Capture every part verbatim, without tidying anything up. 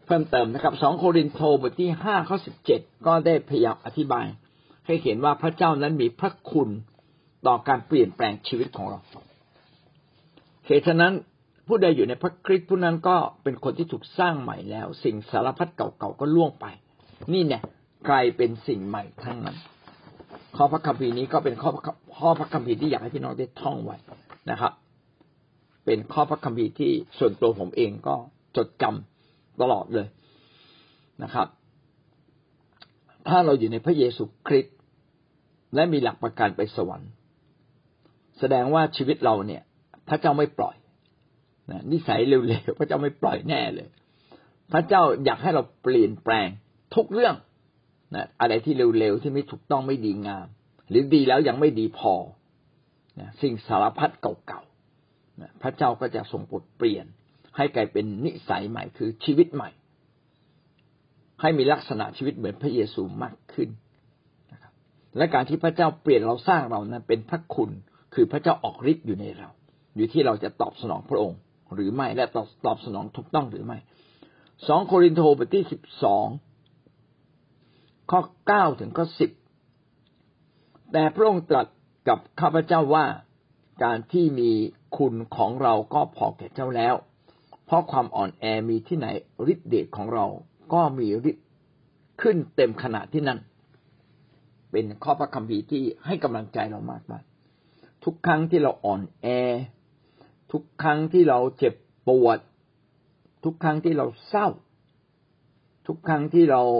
เพิ่มเติมนะครับสองโครินธ์บทที่ห้าข้อสิบเจ็ดก็ได้พยายามอธิบายให้เห็นว่าพระเจ้านั้นมีพระคุณต่อการเปลี่ยนแปลงชีวิตของเราเหตุฉะนั้นผู้ใดอยู่ในพระคริสต์ผู้นั้นก็เป็นคนที่ถูกสร้างใหม่แล้วสิ่งสารพัดเก่าๆก็ล่วงไปนี่เนี่ยกลายเป็นสิ่งใหม่ทั้งนั้นข้อพระคัมภีร์นี้ก็เป็นข้อข้อพระคัมภีร์ที่อยากให้พี่น้องได้ท่องไว้นะครับเป็นข้อพระคัมภีร์ที่ส่วนตัวผมเองก็จดจำตลอดเลยนะครับถ้าเราอยู่ในพระเยซูคริสต์และมีหลักประกันไปสวรรค์แสดงว่าชีวิตเราเนี่ยพระเจ้าไม่ปล่อยนะนิสัยเร็วๆพระเจ้าไม่ปล่อยแน่เลยพระเจ้าอยากให้เราเปลี่ยนแปลงทุกเรื่องนะอะไรที่เร็วๆที่ไม่ถูกต้องไม่ดีงามหรือดีแล้วยังไม่ดีพอนะสิ่งสารพัดเก่าๆนะพระเจ้าก็จะทรงปลดเปลี่ยนให้กลายเป็นนิสัยใหม่คือชีวิตใหม่ให้มีลักษณะชีวิตเหมือนพระเยซูมากขึ้นนะครับและการที่พระเจ้าเปลี่ยนเราสร้างเรานั้นเป็นพระคุณคือพระเจ้าออกฤทธิ์อยู่ในเราอยู่ที่เราจะตอบสนองพระองค์หรือไม่และตอบตอบสนองถูกต้องหรือไม่สองโครินธ์บทที่สิบสองข้อเก้าถึงข้อสิบแต่พระองค์ตรัสกับข้าพเจ้าว่าการที่มีคุณของเราก็พอแก่เจ้าแล้วเพราะความอ่อนแอมีที่ไหนฤทธิ์เดชของเราก็มีฤทธิ์ขึ้นเต็มขนาดที่นั่นเป็นข้อพระคัมภีร์ที่ให้กำลังใจเรามากมายทุกครั้งที่เราอ่อนแอทุกครั้งที่เราเจ็บปวดทุกครั้งที่เราเศร้าทุกครั้งที่เรา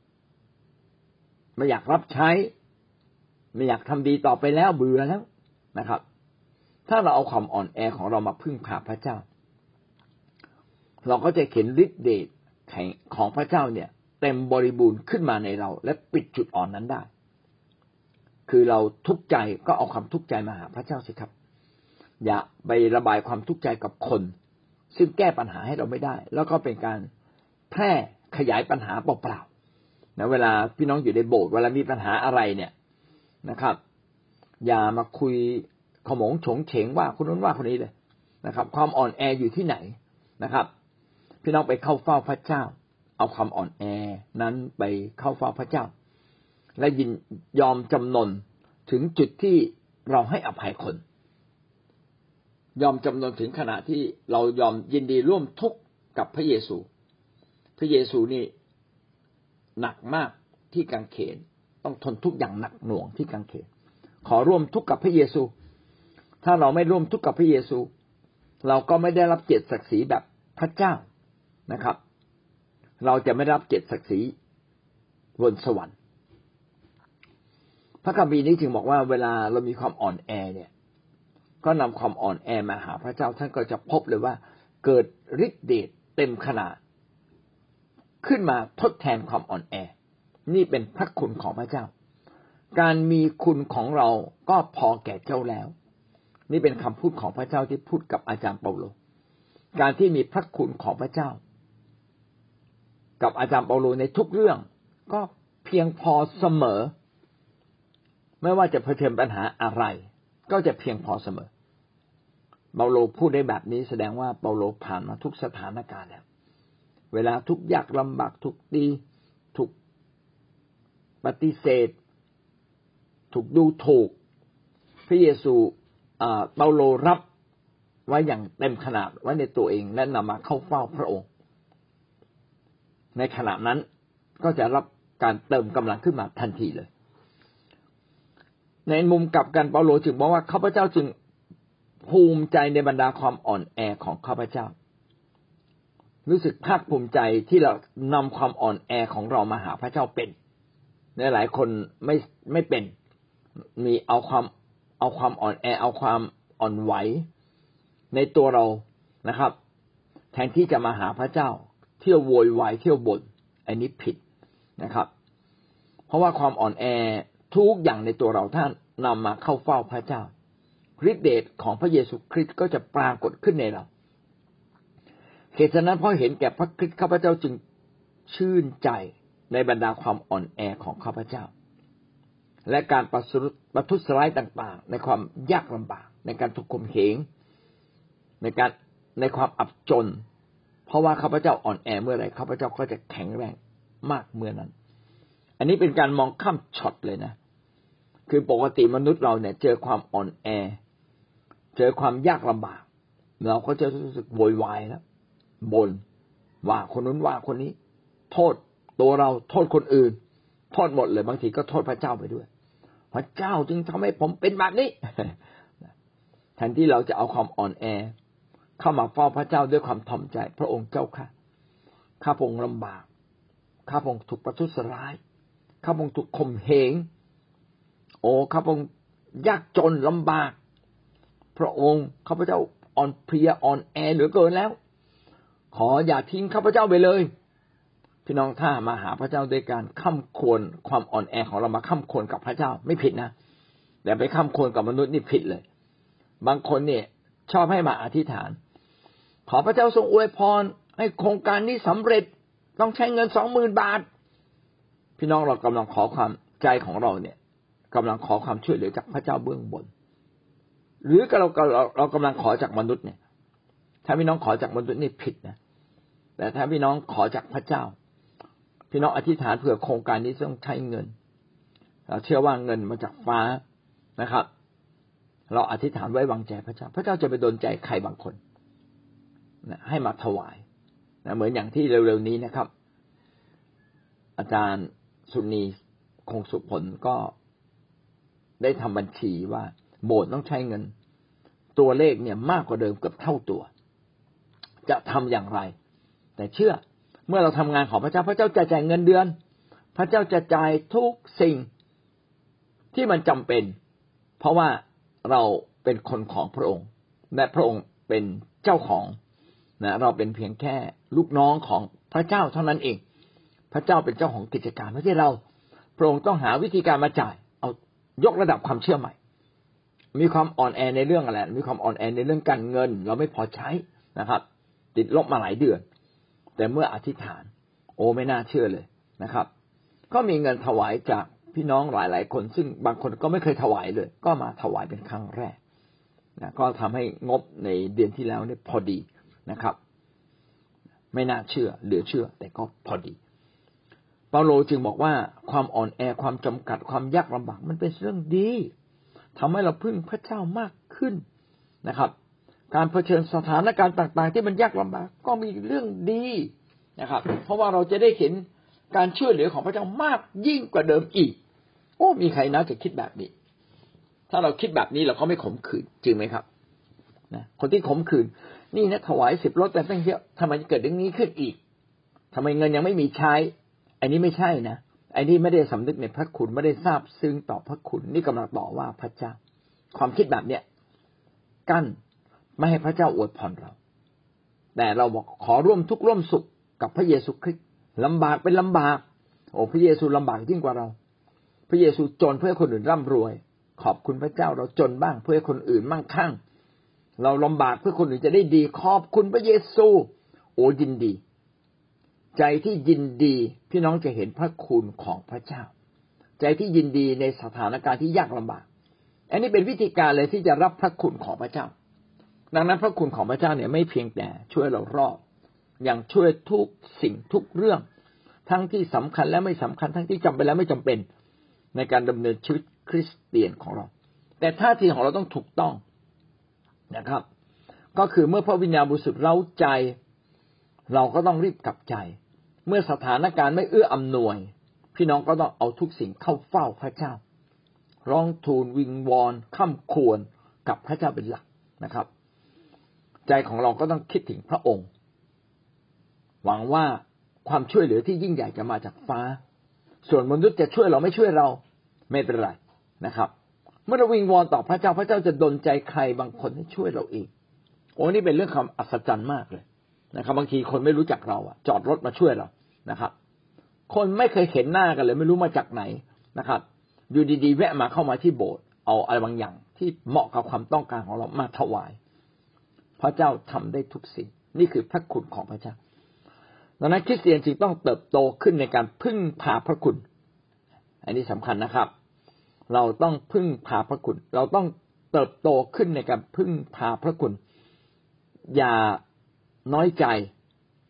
ไม่อยากรับใช้ไม่อยากทำดีต่อไปแล้วเบื่อแล้วนะครับถ้าเราเอาความอ่อนแอของเรามาพึ่งพาพระเจ้าเราก็จะเห็นฤทธิ์เดชของพระเจ้าเนี่ยเต็มบริบูรณ์ขึ้นมาในเราและปิดจุดอ่อนนั้นได้คือเราทุกข์ใจก็เอาความทุกข์ใจมาหาพระเจ้าสิครับอย่าไประบายความทุกข์ใจกับคนซึ่งแก้ปัญหาให้เราไม่ได้แล้วก็เป็นการแพร่ขยายปัญหาเปล่าๆนะเวลาพี่น้องอยู่ในโบสถ์เวลามีปัญหาอะไรเนี่ยนะครับอย่ามาคุยขโมงโฉงเฉงว่าคนนู้นว่าคนนี้เลยนะครับความอ่อนแออยู่ที่ไหนนะครับพี่น้องไปเข้าเฝ้าพระเจ้าเอาความอ่อนแอนั้นไปเข้าเฝ้าพระเจ้าและยินยอมจำนนถึงจุดที่เราให้อภัยคนยอมจำนนถึงขณะที่เรายอมยินดีร่วมทุกข์กับพระเยซูพระเยซูนี่หนักมากที่กางเขนต้องทนทุกข์อย่างหนักหน่วงที่กางเขนขอร่วมทุกข์กับพระเยซูถ้าเราไม่ร่วมทุกข์กับพระเยซูเราก็ไม่ได้รับเกียรติศักดิ์ศรีแบบพระเจ้านะครับเราจะไม่รับเกียรติศักดิ์ศรีบนสวรรค์พระคัมภีร์นี้จึงบอกว่าเวลาเรามีความอ่อนแอเนี่ยก็นำความอ่อนแอมาหาพระเจ้าท่านก็จะพบเลยว่าเกิดฤทธิ์เดชเต็มขนาดขึ้นมาทดแทนความอ่อนแอนี่เป็นพระคุณของพระเจ้าการมีคุณของเราก็พอแก่เจ้าแล้วนี่เป็นคำพูดของพระเจ้าที่พูดกับอาจารย์เปาโลการที่มีพระคุณของพระเจ้ากับอาจารย์เปาโลในทุกเรื่องก็เพียงพอเสมอไม่ว่าจะเผชิญปัญหาอะไรก็จะเพียงพอเสมอเปาโลพูดได้แบบนี้แสดงว่าเปาโลผ่านมาทุกสถานการณ์แล้วเวลาทุกยากลำบากถูกตีถูกปฏิเสธถูกดูถูกพระเยซูเปาโลรับไว้อย่างเต็มขนาดไว้ในตัวเองและนำมาเข้าเฝ้าพระองค์ในขณะนั้นก็จะรับการเติมกำลังขึ้นมาทันทีเลยในมุมกลับกันเปาโลจึงบอกว่าข้าพเจ้าจึงภูมิใจในบรรดาความอ่อนแอของข้าพเจ้ารู้สึกภาคภูมิใจที่เรานำความอ่อนแอของเรามาหาพระเจ้าเป็นในหลายคนไม่ไม่เป็นมีเอาความเอาความอ่อนแอเอาความอ่อนไหวในตัวเรานะครับแทนที่จะมาหาพระเจ้าเที่ยวโวยวายเที่ยวบ่นอันนี้ผิดนะครับเพราะว่าความอ่อนแอทุกอย่างในตัวเราท่านนำมาเข้าเฝ้าพระเจ้าฤทธิเดชของพระเยซูคริสต์ก็จะปรากฏขึ้นในเราเหตุฉะนั้นเพราะเห็นแก่พระคริสต์ข้าพเจ้าจึงชื่นใจในบรรดาความอ่อนแอของข้าพเจ้าและการประทุษร้ายต่างๆในความยากลำบากในการถูกข่มเหงในการในความอับจนพราะว่าข้าพเจ้าอ่อนแอเมื่อไรข้าพเจ้าก็จะแข็งแรงมากเมื่อนั้นอันนี้เป็นการมองข้ามช็อตเลยนะคือปกติมนุษย์เราเนี่ยเจอความอ่อนแอเจอความยากลำบากเราก็จะรู้สึกโวยวายแล้วบ่นว่าคนนู้นว่าคนนี้โทษตัวเราโทษคนอื่นโทษหมดเลยบางทีก็โทษพระเจ้าไปด้วยพระเจ้าจึงทำให้ผมเป็นแบบนี้ แทนที่เราจะเอาความอ่อนแอเข้ามาเฝ้าพระเจ้าด้วยความถ่อมใจพระองค์เจ้าค่ะข้าพระองค์ลำบากข้าพระองค์ถูกประทุษร้ายข้าพระองค์ถูกข่มเหงโอ้ข้าพระองค์ยากจนลำบากพระองค์ข้าพเจ้าอ่อนเพลียอ่อนแอเหลือเกินแล้วขออย่าทิ้งข้าพเจ้าไปเลยพี่น้องถ้ามาหาพระเจ้าด้วยการค้ำควรความอ่อนแอของเรามาค้ำควรกับพระเจ้าไม่ผิดนะแต่ไปค้ำควรกับมนุษย์นี่ผิดเลยบางคนเนี่ยชอบให้มาอธิษฐานขอพระเจ้าทรงอวยพรให้โครงการนี้สำเร็จต้องใช้เงินสองหมื่นบาทพี่น้องเรากำลังขอความใจของเราเนี่ยกำลังขอความช่วยเหลือจากพระเจ้าเบื้องบนหรือเราเราเรากำลังขอจากมนุษย์เนี่ยถ้าพี่น้องขอจากมนุษย์นี่ผิดนะแต่ถ้าพี่น้องขอจากพระเจ้าพี่น้องอธิษฐานเผื่อโครงการนี้ต้องใช้เงินเราเชื่อว่าเงินมาจากฟ้านะครับเราอธิษฐานไว้วางใจพระเจ้าพระเจ้าจะไปดลใจใครบางคนนะให้มาถวายนะเหมือนอย่างที่เร็วๆนี้นะครับอาจารย์สุนีคงสุผลก็ได้ทำบัญชีว่าโบสถ์ต้องใช้เงินตัวเลขเนี่ยมากกว่าเดิมเกือบเท่าตัวจะทำอย่างไรแต่เชื่อเมื่อเราทำงานของพระเจ้าพระเจ้าจะจ่ายเงินเดือนพระเจ้าจะจ่ายทุกสิ่งที่มันจำเป็นเพราะว่าเราเป็นคนของพระองค์และพระองค์เป็นเจ้าของนะเราเป็นเพียงแค่ลูกน้องของพระเจ้าเท่านั้นเองพระเจ้าเป็นเจ้าของกิจการไม่ใช่เราพระองค์ต้องหาวิธีการมาจ่ายเอายกระดับความเชื่อใหม่มีความอ่อนแอในเรื่องอะไรมีความอ่อนแอในเรื่องการเงินเราไม่พอใช้นะครับติดลบมาหลายเดือนแต่เมื่ออธิษฐานโอ้ไม่น่าเชื่อเลยนะครับก็มีเงินถวายจากพี่น้องหลายๆคนซึ่งบางคนก็ไม่เคยถวายเลยก็มาถวายเป็นครั้งแรกนะก็ทำให้งบในเดือนที่แล้วเนี่ยพอดีนะครับไม่น่าเชื่อเหลือเชื่อแต่ก็พอดีเปาโลจึงบอกว่าความอ่อนแอความจำกัดความยากลำบากมันเป็นเรื่องดีทำให้เราพึ่งพระเจ้ามากขึ้นนะครับการเผชิญสถานการณ์ต่างๆที่มันยากลำบากก็มีเรื่องดีนะครับเพราะว่าเราจะได้เห็นการช่วยเหลือของพระเจ้ามากยิ่งกว่าเดิมอีกโอ้มีใครน่าจะคิดแบบนี้ถ้าเราคิดแบบนี้เราก็ไม่ขมขื่นจริงไหมครับนะคนที่ขมขื่นนี่นะถวายสิบรถแต่ตั้งเยอะทำไมเกิดเรื่องนี้ขึ้นอีกทำไมเงินยังไม่มีใช้อันนี้ไม่ใช่นะอันนี้ไม่ได้สำนึกในพระคุณไม่ได้ทราบซึ้งต่อพระคุณนี่กำลังต่อว่าพระเจ้าความคิดแบบเนี้ยกั้นไม่ให้พระเจ้าอวยพรเราแต่เราบอกขอร่วมทุกข์ร่วมสุขกับพระเยซูคริสต์ลำบากเป็นลำบากโอ้พระเยซูลำบากยิ่งกว่าเราพระเยซูจนเพื่อให้คนอื่นร่ำรวยขอบคุณพระเจ้าเราจนบ้างเพื่อให้คนอื่นมั่งคั่งเราลำบากเพื่อคนอื่นจะได้ดีขอบคุณพระเยซูโอ้ยินดีใจที่ยินดีพี่น้องจะเห็นพระคุณของพระเจ้าใจที่ยินดีในสถานการณ์ที่ยากลำบากอันนี้เป็นวิธีการเลยที่จะรับพระคุณของพระเจ้าดังนั้นพระคุณของพระเจ้าเนี่ยไม่เพียงแต่ช่วยเรารอดอย่างช่วยทุกสิ่งทุกเรื่องทั้งที่สำคัญและไม่สำคัญทั้งที่จำเป็นและไม่จำเป็นในการดำเนินชีวิตคริสเตียนของเราแต่ท่าทีของเราต้องถูกต้องนะครับก็คือเมื่อพระวิญญาณบริสุทธิ์เร้าใจเราก็ต้องรีบกลับใจเมื่อสถานการณ์ไม่เอื้ออำนวยพี่น้องก็ต้องเอาทุกสิ่งเข้าเฝ้าพระเจ้าร้องทูลวิงวอนค่ำควรกับพระเจ้าเป็นหลักนะครับใจของเราก็ต้องคิดถึงพระองค์หวังว่าความช่วยเหลือที่ยิ่งใหญ่จะมาจากฟ้าส่วนมนุษย์จะช่วยเราไม่ช่วยเราไม่เป็นไรนะครับเมื่อเราวิงวอนต่อพระเจ้าพระเจ้าจะดลใจใครบางคนให้ช่วยเราเองโอ้นี่เป็นเรื่องความอัศจรรย์มากเลยนะครับบางทีคนไม่รู้จักเราอ่ะจอดรถมาช่วยเรานะครับคนไม่เคยเห็นหน้ากันเลยไม่รู้มาจากไหนนะครับอยู่ดีๆแวะมาเข้ามาที่โบสถ์เอาอะไรบางอย่างที่เหมาะกับความต้องการของเรามาถวายพระเจ้าทำได้ทุกสิ่งนี่คือพระคุณของพระเจ้าดังนั้นคริสเตียนจึงต้องเติบโตขึ้นในการพึ่งพาพระคุณอันนี้สำคัญนะครับเราต้องพึ่งพาพระคุณเราต้องเติบโตขึ้นในการพึ่งพาพระคุณอย่าน้อยใจ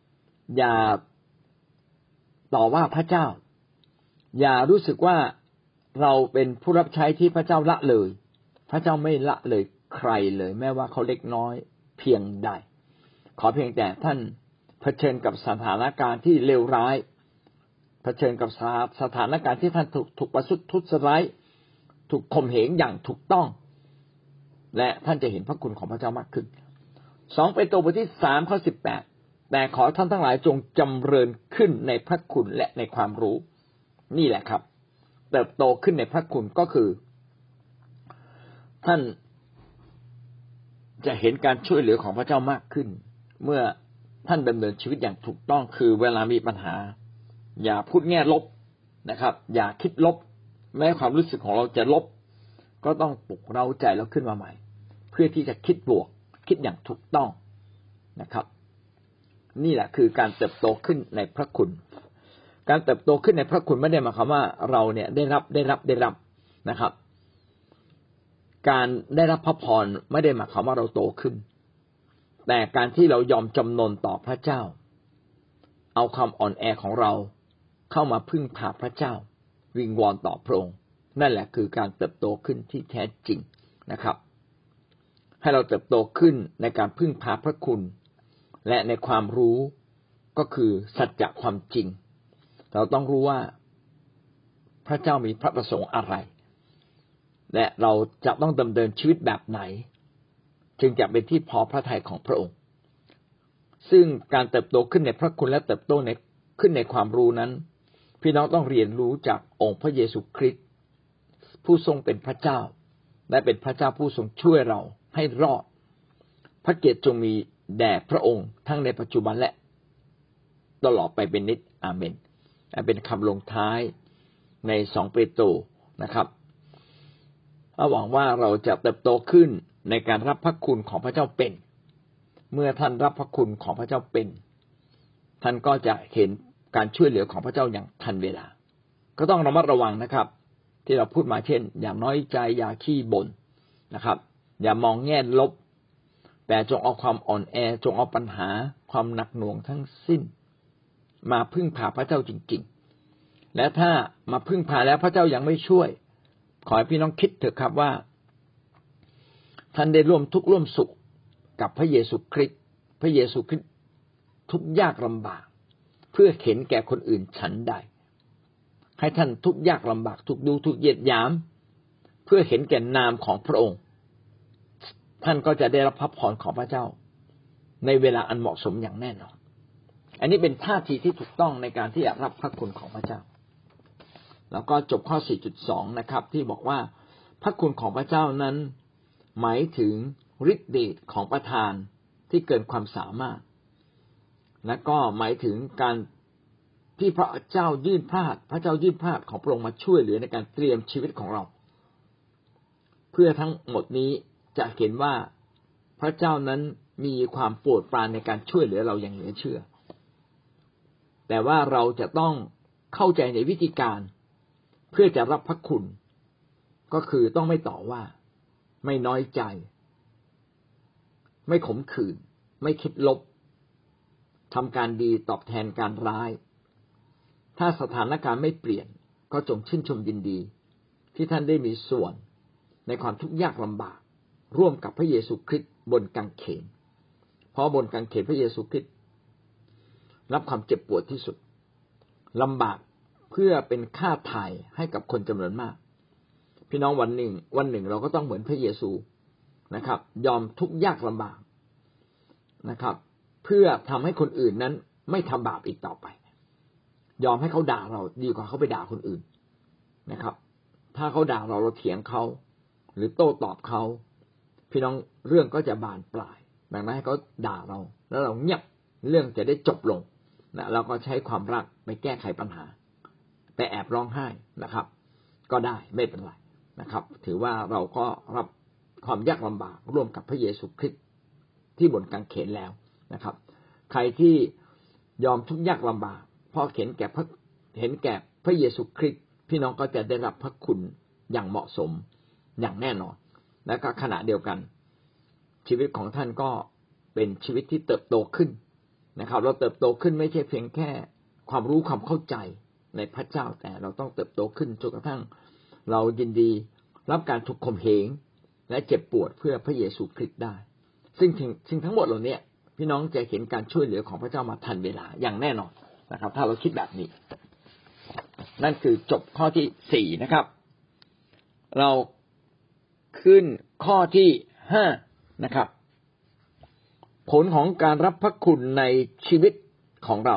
อย่าต่อว่าพระเจ้าอย่ารู้สึกว่าเราเป็นผู้รับใช้ที่พระเจ้าละเลยพระเจ้าไม่ละเลยใครเลยแม้ว่าเขาเล็กน้อยเพียงใดขอเพียงแต่ท่านเผชิญกับสถานการณ์ที่เลวร้ายเผชิญกับสถานการณ์ที่ท่านถูกถูกประทุษทุษร้ายถูกข่มเหงอย่างถูกต้องและท่านจะเห็นพระคุณของพระเจ้ามากขึ้นสองเปโตรบทที่สามข้อสิบแปดแต่ขอท่านทั้งหลายจงจำเริญขึ้นในพระคุณและในความรู้นี่แหละครับเติบโตขึ้นในพระคุณก็คือท่านจะเห็นการช่วยเหลือของพระเจ้ามากขึ้นเมื่อท่านดำเนินชีวิตอย่างถูกต้องคือเวลามีปัญหาอย่าพูดแง่ลบนะครับอย่าคิดลบแม้ความรู้สึกของเราจะลบก็ต้องปลุกเร้าใจเราขึ้นมาใหม่เพื่อที่จะคิดบวกคิดอย่างถูกต้องนะครับนี่แหละคือการเติบโตขึ้นในพระคุณการเติบโตขึ้นในพระคุณไม่ได้หมายความว่าเราเนี่ยได้รับได้รับได้รับนะครับการได้รับพระพรไม่ได้หมายความว่าเราโตขึ้นแต่การที่เรายอมจำนนต่อพระเจ้าเอาความอ่อนแอของเราเข้ามาพึ่งพาพระเจ้าวิงวอนต่อพระองค์นั่นแหละคือการเติบโตขึ้นที่แท้จริงนะครับให้เราเติบโตขึ้นในการพึ่งพาพระคุณและในความรู้ก็คือสัจจะความจริงเราต้องรู้ว่าพระเจ้ามีพระประสงค์อะไรและเราจะต้องดำเนินชีวิตแบบไหนจึงจะเป็นที่พอพระทัยของพระองค์ซึ่งการเติบโตขึ้นในพระคุณและเติบโตในขึ้นในความรู้นั้นพี่น้องต้องเรียนรู้จากองค์พระเยซูคริสต์ผู้ทรงเป็นพระเจ้าและเป็นพระเจ้าผู้ทรงช่วยเราให้รอดพระเกียรติจงมีแด่พระองค์ทั้งในปัจจุบันและตลอดไปเป็นนิจอาเมนเป็นคำลงท้ายในสองเปโตรนะครับหวังว่าเราจะเติบโตขึ้นในการรับพระคุณของพระเจ้าเป็นเมื่อท่านรับพระคุณของพระเจ้าเป็นท่านก็จะเห็นการช่วยเหลือของพระเจ้าอย่างทันเวลาก็ต้องระมัดระวังนะครับที่เราพูดมาเช่นอย่าน้อยใจอย่าขี้บ่นนะครับอย่ามองแง่ลบแต่จงเอาความอ่อนแอจงเอาปัญหาความหนักหน่วงทั้งสิ้นมาพึ่งพาพระเจ้าจริงๆและถ้ามาพึ่งพาแล้วพระเจ้ายังไม่ช่วยขอให้พี่น้องคิดเถอะครับว่าท่านได้ร่วมทุกข์ร่วมสุขกับพระเยซูคริสต์พระเยซูคริสต์ทุกยากลำบากเพื่อเห็นแก่คนอื่นฉันใดให้ท่านทุกยากลำบากทุกดูทุกเหยียดหยามเพื่อเห็นแก่นามของพระองค์ท่านก็จะได้รับพระพรของพระเจ้าในเวลาอันเหมาะสมอย่างแน่นอนอันนี้เป็นท่าทีที่ถูกต้องในการที่จะรับพระคุณของพระเจ้าแล้วก็จบข้อ สี่จุดสอง นะครับที่บอกว่าพระคุณของพระเจ้านั้นหมายถึงฤทธิ์เดชของประทานที่เกินความสามารถและก็หมายถึงการที่พระเจ้ายื่นพระหัตถ์พระเจ้ายื่นพระหัตถ์ของพระองค์มาช่วยเหลือในการเตรียมชีวิตของเราเพื่อทั้งหมดนี้จะเห็นว่าพระเจ้านั้นมีความโปรดปรานในการช่วยเหลือเราอย่างเหลือเชื่อแต่ว่าเราจะต้องเข้าใจในวิธีการเพื่อจะรับพระคุณก็คือต้องไม่ต่อว่าไม่น้อยใจไม่ขมขื่นไม่คิดลบทำการดีตอบแทนการร้ายถ้าสถานการณ์ไม่เปลี่ยนก็จงชื่นชมยินดีที่ท่านได้มีส่วนในความทุกข์ยากลำบากร่วมกับพระเยซูคริสต์บนกางเขนเพราะบนกางเขนพระเยซูคริสต์รับความเจ็บปวดที่สุดลำบากเพื่อเป็นค่าไถ่ให้กับคนจำนวนมากพี่น้องวันหนึ่งวันหนึ่งเราก็ต้องเหมือนพระเยซูนะครับยอมทุกข์ยากลำบากนะครับเพื่อทำให้คนอื่นนั้นไม่ทำบาปอีกต่อไปยอมให้เขาด่าเราดีกว่าเขาไปด่าคนอื่นนะครับถ้าเขาด่าเราเราเถียงเขาหรือโต้ตอบเขาพี่น้องเรื่องก็จะบานปลายดังนั้นให้เขาด่าเราแล้วเราเงียบเรื่องจะได้จบลงนะเราก็ใช้ความรักไปแก้ไขปัญหาไปแอบร้องไห้นะครับก็ได้ไม่เป็นไรนะครับถือว่าเราก็รับความยากลำบากร่วมกับพระเยซูคริสต์ที่บนกางเขนแล้วนะครับใครที่ยอมทุกข์ยากลำบากเพราะเห็นแก่พระเห็นแก่พระเยซูคริสต์พี่น้องก็จะได้รับพระคุณอย่างเหมาะสมอย่างแน่นอนและก็ขณะเดียวกันชีวิตของท่านก็เป็นชีวิตที่เติบโตขึ้นนะครับเราเติบโตขึ้นไม่ใช่เพียงแค่ความรู้ความเข้าใจในพระเจ้าแต่เราต้องเติบโตขึ้นจนกระทั่งเรายินดีรับการถูกข่มเหงและเจ็บปวดเพื่อพระเยซูคริสต์ได้ซึ่งสิ่งทั้งหมดเหล่านี้พี่น้องจะเห็นการช่วยเหลือของพระเจ้ามาทันเวลาอย่างแน่นอนนะครับถ้าเราคิดแบบนี้นั่นคือจบข้อที่สี่นะครับเราขึ้นข้อที่ห้านะครับผลของการรับพระคุณในชีวิตของเรา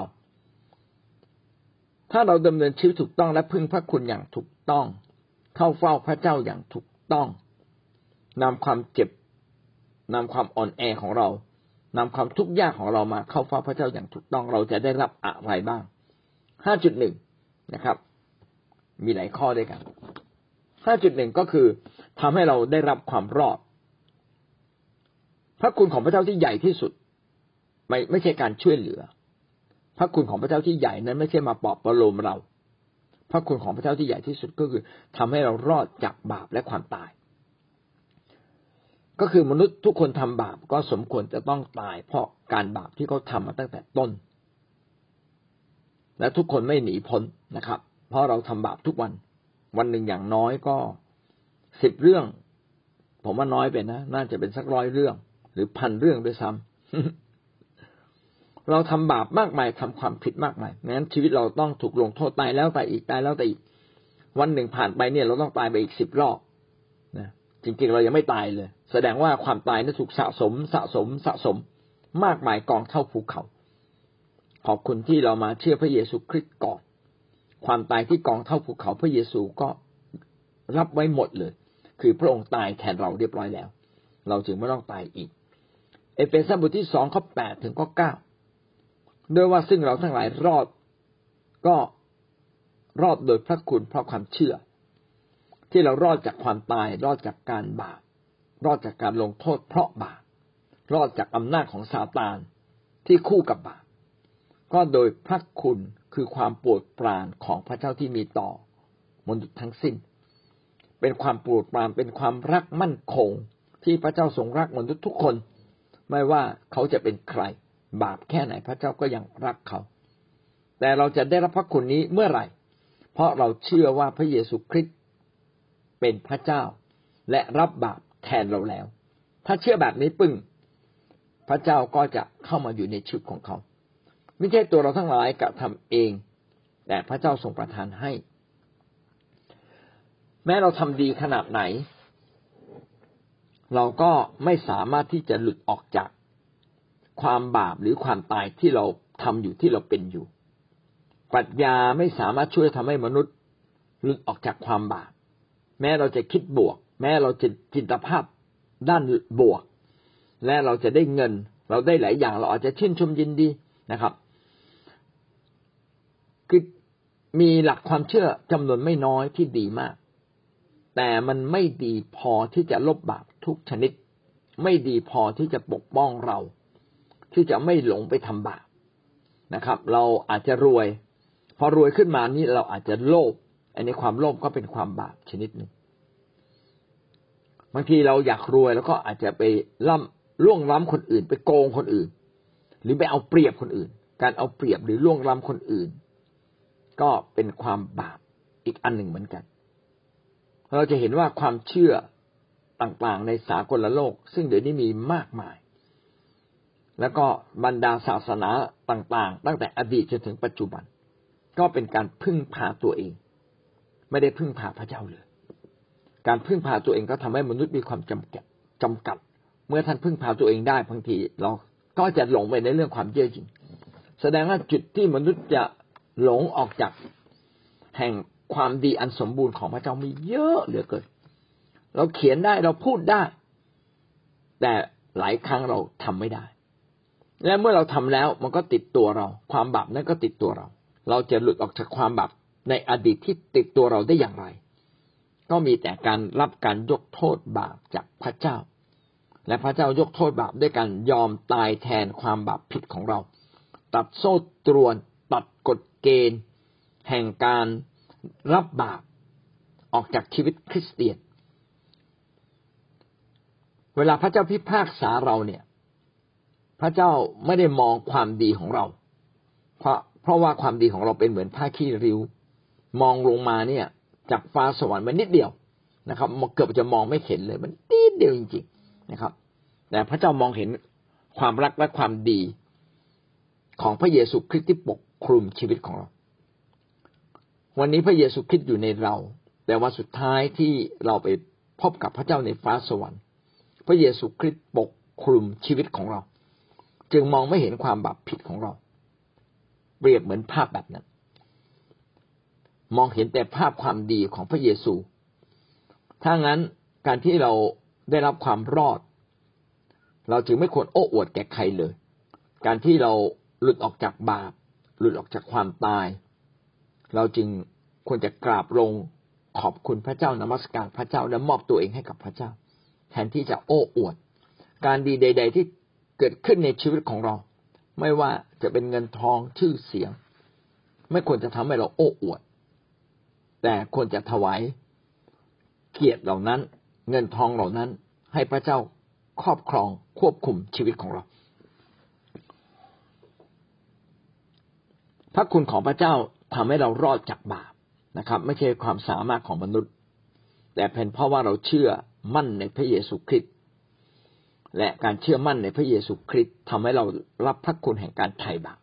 ถ้าเราดำเนินชีวิตถูกต้องและพึ่งพระคุณอย่างถูกต้องเข้าเฝ้าพระเจ้าอย่างถูกต้องนำความเจ็บนำความอ่อนแอของเรานำความทุกข์ยากของเรามาเข้าเฝ้าพระเจ้าอย่างถูกต้องเราจะได้รับอะไรบ้าง ห้าจุดหนึ่ง นะครับมีหลายข้อด้วยกัน ห้าจุดหนึ่ง ก็คือทำให้เราได้รับความรอดพระคุณของพระเจ้าที่ใหญ่ที่สุดไม่ไม่ใช่การช่วยเหลือพระคุณของพระเจ้าที่ใหญ่นั้นไม่ใช่มาปลอบประโลมเราพระคุณของพระเจ้าที่ใหญ่ที่สุดก็คือทำให้เรารอดจากบาปและความตายก็คือมนุษย์ทุกคนทำบาปก็สมควรจะต้องตายเพราะการบาปที่เขาทำมาตั้งแต่ต้นและทุกคนไม่หนีพ้นนะครับเพราะเราทำบาปทุกวันวันหนึ่งอย่างน้อยก็สิบเรื่องผมว่าน้อยไปนะน่าจะเป็นสักร้อยเรื่องหรือพันเรื่องด้วยซ้ำ เราทำบาปมากมายทำความผิดมากมายงั้นชีวิตเราต้องถูกลงโทษตายแล้วตายอีกตายแล้วตายอีกวันหนึ่งผ่านไปเนี่ยเราต้องตายไปอีกสิบรอบนะจริงๆเรายังไม่ตายเลยแสดงว่าความตายนั้นถูกสะสมสะสมสะสมมากมายกองเท่าภูเขาขอบคุณที่เรามาเชื่อพระเยซูคริสต์ก่อนความตายที่กองเท่าภูเขาพระเยซูก็รับไว้หมดเลยคือพระองค์ตายแทนเราเรียบร้อยแล้วเราจึงไม่ต้องตายอีกเอเฟซัสบทที่สองข้อแปดถึงข้อเก้าด้วยว่าซึ่งเราทั้งหลายรอดก็รอดโดยพระคุณเพราะความเชื่อที่เรารอดจากความตายรอดจากการบาปรอดจากการลงโทษเพราะบาปรอดจากอำนาจของซาตานที่คู่กับบาปก็โดยพระคุณคือความโปรดปรานของพระเจ้าที่มีต่อมนุษย์ทั้งสิ้นเป็นความโปรดปรานเป็นความรักมั่นคงที่พระเจ้าทรงรักมนุษย์ทุกคนไม่ว่าเขาจะเป็นใครบาปแค่ไหนพระเจ้าก็ยังรักเขาแต่เราจะได้รับพระคุณนี้เมื่อไหร่เพราะเราเชื่อว่าพระเยซูคริสต์เป็นพระเจ้าและรับบาปแทนเราแล้วถ้าเชื่อแบบนี้ปึ้งพระเจ้าก็จะเข้ามาอยู่ในชีวิตของเขาไม่ใช่ตัวเราทั้งหลายกระทำเองแต่พระเจ้าทรงประทานให้แม้เราทำดีขนาดไหนเราก็ไม่สามารถที่จะหลุดออกจากความบาปหรือความตายที่เราทำอยู่ที่เราเป็นอยู่ปรัชญาไม่สามารถช่วยทำให้มนุษย์หลุดออกจากความบาปแม้เราจะคิดบวกแม้เราจะจินตภาพด้านบวกและเราจะได้เงินเราได้หลายอย่างเราอาจจะชื่นชมยินดีนะครับคือมีหลักความเชื่อจำนวนไม่น้อยที่ดีมากแต่มันไม่ดีพอที่จะลบบาปทุกชนิดไม่ดีพอที่จะปกป้องเราที่จะไม่หลงไปทำบาปนะครับเราอาจจะรวยพอรวยขึ้นมานี่เราอาจจะโลภอันนี้ความโลภก็เป็นความบาปชนิดหนึ่งบางทีเราอยากรวยแล้วก็อาจจะไปล่ำล่วงล้ำคนอื่นไปโกงคนอื่นหรือไปเอาเปรียบคนอื่นการเอาเปรียบหรือล่วงล้ำคนอื่นก็เป็นความบาปอีกอันหนึ่งเหมือนกันเราจะเห็นว่าความเชื่อต่างๆในสากลโลกซึ่งเดี๋ยวนี้มีมากมายแล้วก็บรรดาศาสนาต่างๆตั้งแต่อดีตจนถึงปัจจุบันก็เป็นการพึ่งพาตัวเองไม่ได้พึ่งพาพระเจ้าเลยการพึ่งพาตัวเองก็ทำให้มนุษย์มีความจำกัดจำกัดเมื่อท่านพึ่งพาตัวเองได้บางทีเราก็จะหลงไปในเรื่องความเย่อหยิ่งแสดงว่าจุดที่มนุษย์จะหลงออกจากแห่งความดีอันสมบูรณ์ของพระเจ้ามีเยอะเหลือเกินเราเขียนได้เราพูดได้แต่หลายครั้งเราทำไม่ได้และเมื่อเราทำแล้วมันก็ติดตัวเราความบาปนั้นก็ติดตัวเราเราจะหลุดออกจากความบาปในอดีตที่ติดตัวเราได้อย่างไรก็มีแต่การรับการยกโทษบาปจากพระเจ้าและพระเจ้ายกโทษบาปด้วยการยอมตายแทนความบาปผิดของเราตัดโซ่ตรวนตัดกฎเกณฑ์แห่งการรับบาปออกจากชีวิตคริสเตียนเวลาพระเจ้าพิพากษาเราเนี่ยพระเจ้าไม่ได้มองความดีของเราเพราะเพราะว่าความดีของเราเป็นเหมือนผ้าขี้ริ้วมองลงมาเนี่ยจากฟ้าสวรรค์มันนิดเดียวนะครับเกือบจะมองไม่เห็นเลยมันนิดเดียวจริงๆนะครับแต่พระเจ้ามองเห็นความรักและความดีของพระเยซูคริสต์ที่ปกคลุมชีวิตของเราวันนี้พระเยซูคริสต์อยู่ในเราแต่วันสุดท้ายที่เราไปพบกับพระเจ้าในฟ้าสวรรค์พระเยซูคริสต์ปกคลุมชีวิตของเราจึงมองไม่เห็นความบาปผิดของเราเปรียบเหมือนภาพแบบนั้นมองเห็นแต่ภาพความดีของพระเยซูถ้างั้นการที่เราได้รับความรอดเราจึงไม่ควรโอ้อวดแก่ใครเลยการที่เราหลุดออกจากบาปหลุดออกจากความตายเราจึงควรจะกราบลงขอบคุณพระเจ้านมัสการพระเจ้าและมอบตัวเองให้กับพระเจ้าแทนที่จะโอ้อวดการดีใดๆที่เกิดขึ้นในชีวิตของเราไม่ว่าจะเป็นเงินทองชื่อเสียงไม่ควรจะทำให้เราโอ้อวดแต่ควรจะถวายเกียรติเหล่านั้นเงินทองเหล่านั้นให้พระเจ้าครอบครองควบคุมชีวิตของเราพระคุณของพระเจ้าทำให้เรารอดจากบาปนะครับไม่ใช่ความสามารถของมนุษย์แต่เป็นเพราะว่าเราเชื่อมั่นในพระเยซูคริสต์และการเชื่อมั่นในพระเยซูคริสต์ทำให้เรารับพระคุณแห่งการไถ่บาป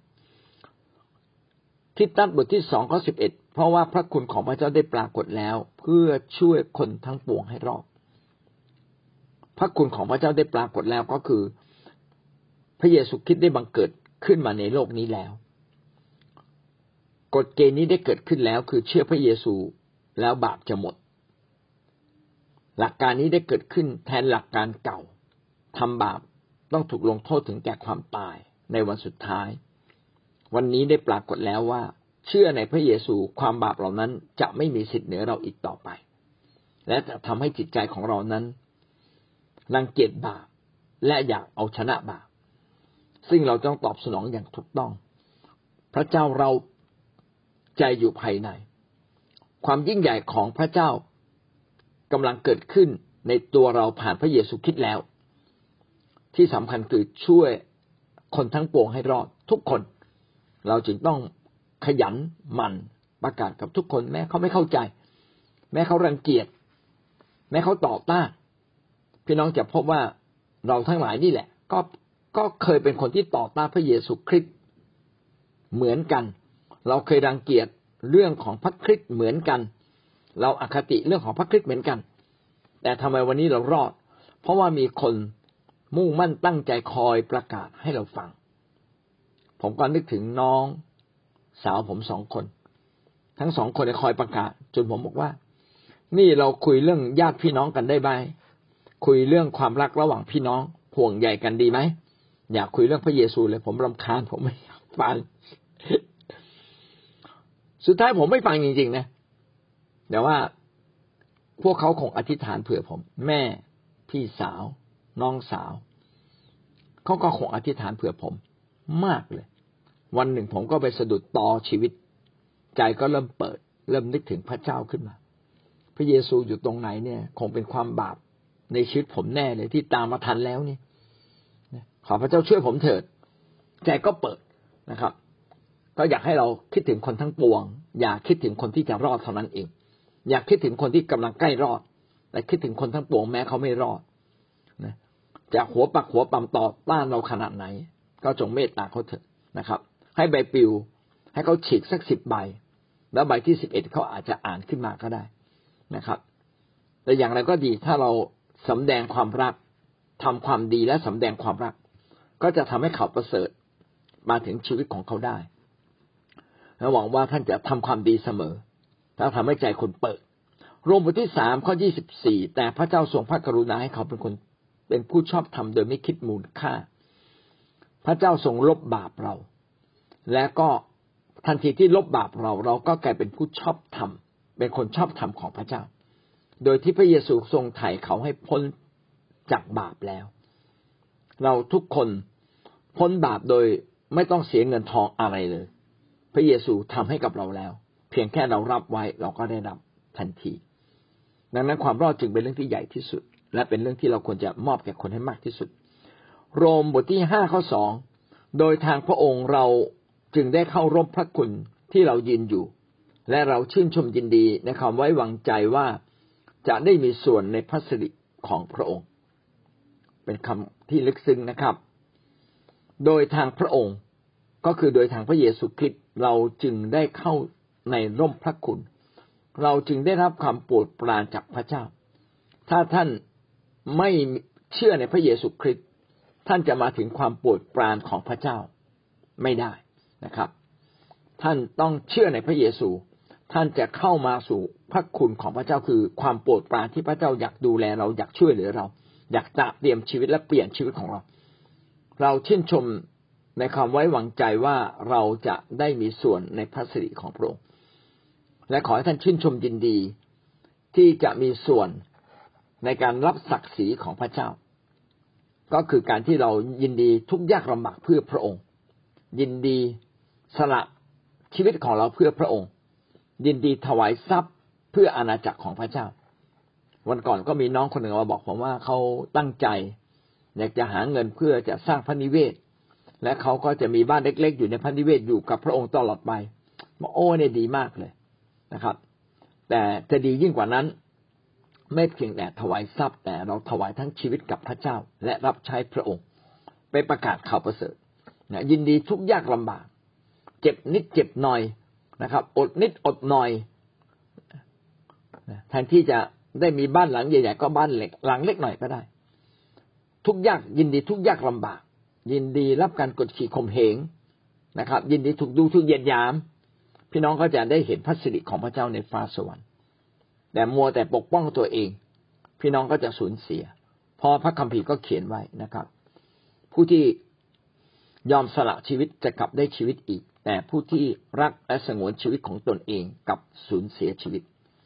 ทิตัสบทที่สองข้อสิบเอ็ดเพราะว่าพระคุณของพระเจ้าได้ปรากฏแล้วเพื่อช่วยคนทั้งปวงให้รอดพระคุณของพระเจ้าได้ปรากฏแล้วก็คือพระเยซูคริสต์ได้บังเกิดขึ้นมาในโลกนี้แล้วกฎเกณฑ์นี้ได้เกิดขึ้นแล้วคือเชื่อพระเยซูแล้วบาปจะหมดหลักการนี้ได้เกิดขึ้นแทนหลักการเก่าทำบาปต้องถูกลงโทษถึงแก่ความตายในวันสุดท้ายวันนี้ได้ปรากฏแล้วว่าเชื่อในพระเยซูความบาปเหล่านั้นจะไม่มีสิทธิ์เหนือเราอีกต่อไปและจะทำให้จิตใจของเรานั้นรังเกียจบาปและอยากเอาชนะบาปซึ่งเราต้องตอบสนองอย่างถูกต้องพระเจ้าเราใจอยู่ภายในความยิ่งใหญ่ของพระเจ้ากำลังเกิดขึ้นในตัวเราผ่านพระเยซูคริสต์แล้วที่สำคัญคือช่วยคนทั้งปวงให้รอดทุกคนเราจึงต้องขยันหมั่นประกาศกับทุกคนแม้เขาไม่เข้าใจแม้เขารังเกียจแม้เขาต่อต้านพี่น้องจะพบว่าเราทั้งหลายนี่แหละก็ก็เคยเป็นคนที่ต่อต้านพระเยซูคริสต์เหมือนกันเราเคยรังเกียจเรื่องของพระคริสต์เหมือนกันเราอคติเรื่องของพระคริสต์เหมือนกันแต่ทำไมวันนี้เรารอดเพราะว่ามีคนมุ่งมั่นตั้งใจคอยประกาศให้เราฟังผมก็นึกถึงน้องสาวผมสองคนทั้งสองคนคอยประกาศจนผมบอกว่านี่เราคุยเรื่องญาติพี่น้องกันได้ไหมคุยเรื่องความรักระหว่างพี่น้องห่วงใยกันดีไหมอยากคุยเรื่องพระเยซูเลยผมรำคาญผมไม่อยากฟังสุดท้ายผมไม่ฟังจริงๆนะแต่ว่าพวกเขาคงอธิษฐานเผื่อผมแม่พี่สาวน้องสาวเขาก็คงอธิษฐานเผื่อผมมากเลยวันหนึ่งผมก็ไปสะดุดต่อชีวิตใจก็เริ่มเปิดเริ่มนึกถึงพระเจ้าขึ้นมาพระเยซูอยู่ตรงไหนเนี่ยคงเป็นความบาปในชีวิตผมแน่เลยที่ตามมาทันแล้วนี่ขอพระเจ้าช่วยผมเถิดใจก็เปิดนะครับก็อยากให้เราคิดถึงคนทั้งปวงอย่าคิดถึงคนที่จะรอดเท่านั้นเองอยากคิดถึงคนที่กำลังใกล้รอดแต่คิดถึงคนทั้งปวงแม้เขาไม่รอดนะจะหัวปักหัวปั๊มต่อต้านเราขนาดไหนก็จงเมตตาเขาเถอะนะครับให้ใบปลิวให้เขาฉีกสักสิบใบแล้วใบที่สิบเอ็ดเขาอาจจะอ่านขึ้นมาก็ได้นะครับแต่อย่างไรก็ดีถ้าเราสำแดงความรักทำความดีและสำแดงความรักก็จะทำให้เขาประเสริฐมาถึงชีวิตของเขาได้และหวังว่าท่านจะทำความดีเสมอถ้าทำให้ใจคนเปิดโรมบทที่สามข้อยี่สิบสี่แต่พระเจ้าทรงพระกรุณาให้เขาเป็นคนเป็นผู้ชอบธรรมโดยไม่คิดมูลค่าพระเจ้าทรงลบบาปเราและก็ทันทีที่ลบบาปเราเราก็กลายเป็นผู้ชอบธรรมเป็นคนชอบธรรมของพระเจ้าโดยที่พระเยซูทรงไถ่เขาให้พ้นจากบาปแล้วเราทุกคนพ้นบาปโดยไม่ต้องเสียเงินทองอะไรเลยพระเยซูทำให้กับเราแล้วเพียงแค่เรารับไว้เราก็ได้รับทันทีดังนั้นความรอดจึงเป็นเรื่องที่ใหญ่ที่สุดและเป็นเรื่องที่เราควรจะมอบแก่คนให้มากที่สุดโรมบทที่ห้าข้อสองโดยทางพระองค์เราจึงได้เข้าร่วมพระคุณที่เรายืนอยู่และเราชื่นชมยินดีในความไว้วางใจว่าจะได้มีส่วนในพระสิริของพระองค์เป็นคำที่ลึกซึ้งนะครับโดยทางพระองค์ก็คือโดยทางพระเยซูคริสต์เราจึงได้เข้าในร่มพระคุณเราจึงได้รับความโปรดปรานจากพระเจ้าถ้าท่านไม่เชื่อในพระเยซูคริสต์ท่านจะมาถึงความโปรดปรานของพระเจ้าไม่ได้นะครับท่านต้องเชื่อในพระเยซูท่านจะเข้ามาสู่พระคุณของพระเจ้าคือความโปรดปรานที่พระเจ้าอยากดูแลเราอยากช่วยเหลือเราอยากจะเตรียมชีวิตและเปลี่ยนชีวิตของเราเราชื่นชมในความไว้วางใจว่าเราจะได้มีส่วนในพระสิริของพระองค์และขอให้ท่านชื่นชมยินดีที่จะมีส่วนในการรับศักดิ์ศรีของพระเจ้าก็คือการที่เรายินดีทุกยากลำบากเพื่อพระองค์ยินดีสละชีวิตของเราเพื่อพระองค์ยินดีถวายทรัพย์เพื่ออาณาจักรของพระเจ้าวันก่อนก็มีน้องคนหนึ่งมาบอกผมว่าเขาตั้งใจอยากจะหาเงินเพื่อจะสร้างพระนิเวศและเขาก็จะมีบ้านเล็กๆอยู่ในพระนิเวศอยู่กับพระองค์ตลอดไปบอกโอ้เนี่ยดีมากเลยนะครับแต่จะดียิ่งกว่านั้นไม่เพียงแต่ถวายทรัพย์แต่เราถวายทั้งชีวิตกับพระเจ้าและรับใช้พระองค์ไปประกาศข่าวประเสริฐนะยินดีทุกยากลำบากเจ็บนิดเจ็บหน่อยนะครับอดนิดอดหน่อยแทนที่จะได้มีบ้านหลังใหญ่ๆก็บ้านเล็กหลังเล็กหน่อยก็ได้ทุกยากยินดีทุกยากลำบากยินดีรับการกดขี่ข่มเหงนะครับยินดีถูกดูถูกเหยียดหยามพี่น้องก็จะได้เห็นพระสิริของพระเจ้าในฟ้าสวรรค์แต่มัวแต่ปกป้องตัวเองพี่น้องก็จะสูญเสียเพราะพระคัมภีร์ก็เขียนไว้นะครับผู้ที่ยอมสละชีวิตจะกลับได้ชีวิตอีกแต่ผู้ที่รักและสงวนชีวิตของตนเองกลับสูญเสียชีวิต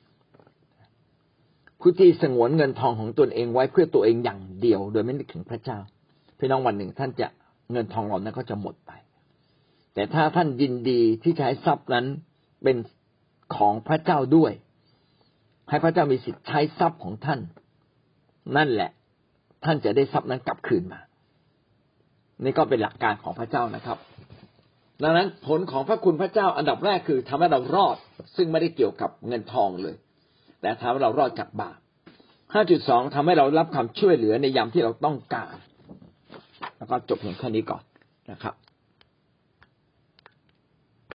ผู้ที่สงวนเงินทองของตนเองไว้เพื่อตัวเองอย่างเดียวโดยไม่นึกถึงพระเจ้าพี่น้องวันหนึ่งท่านจะเงินทองเหล่านั้นก็จะหมดไปแต่ถ้าท่านยินดีที่ใช้ทรัพย์นั้นเป็นของพระเจ้าด้วยให้พระเจ้ามีสิทธิ์ใช้ทรัพย์ของท่านนั่นแหละท่านจะได้ทรัพย์นั้นกลับคืนมานี่ก็เป็นหลักการของพระเจ้านะครับดังนั้นผลของพระคุณพระเจ้าอันดับแรกคือทำให้เรารอดซึ่งไม่ได้เกี่ยวกับเงินทองเลยแต่ทำให้เรารอดจากบาป ห้าจุดสอง ทำให้เรารับความช่วยเหลือในยามที่เราต้องการแล้วก็จบเพียงแค่นี้ก่อนนะครับ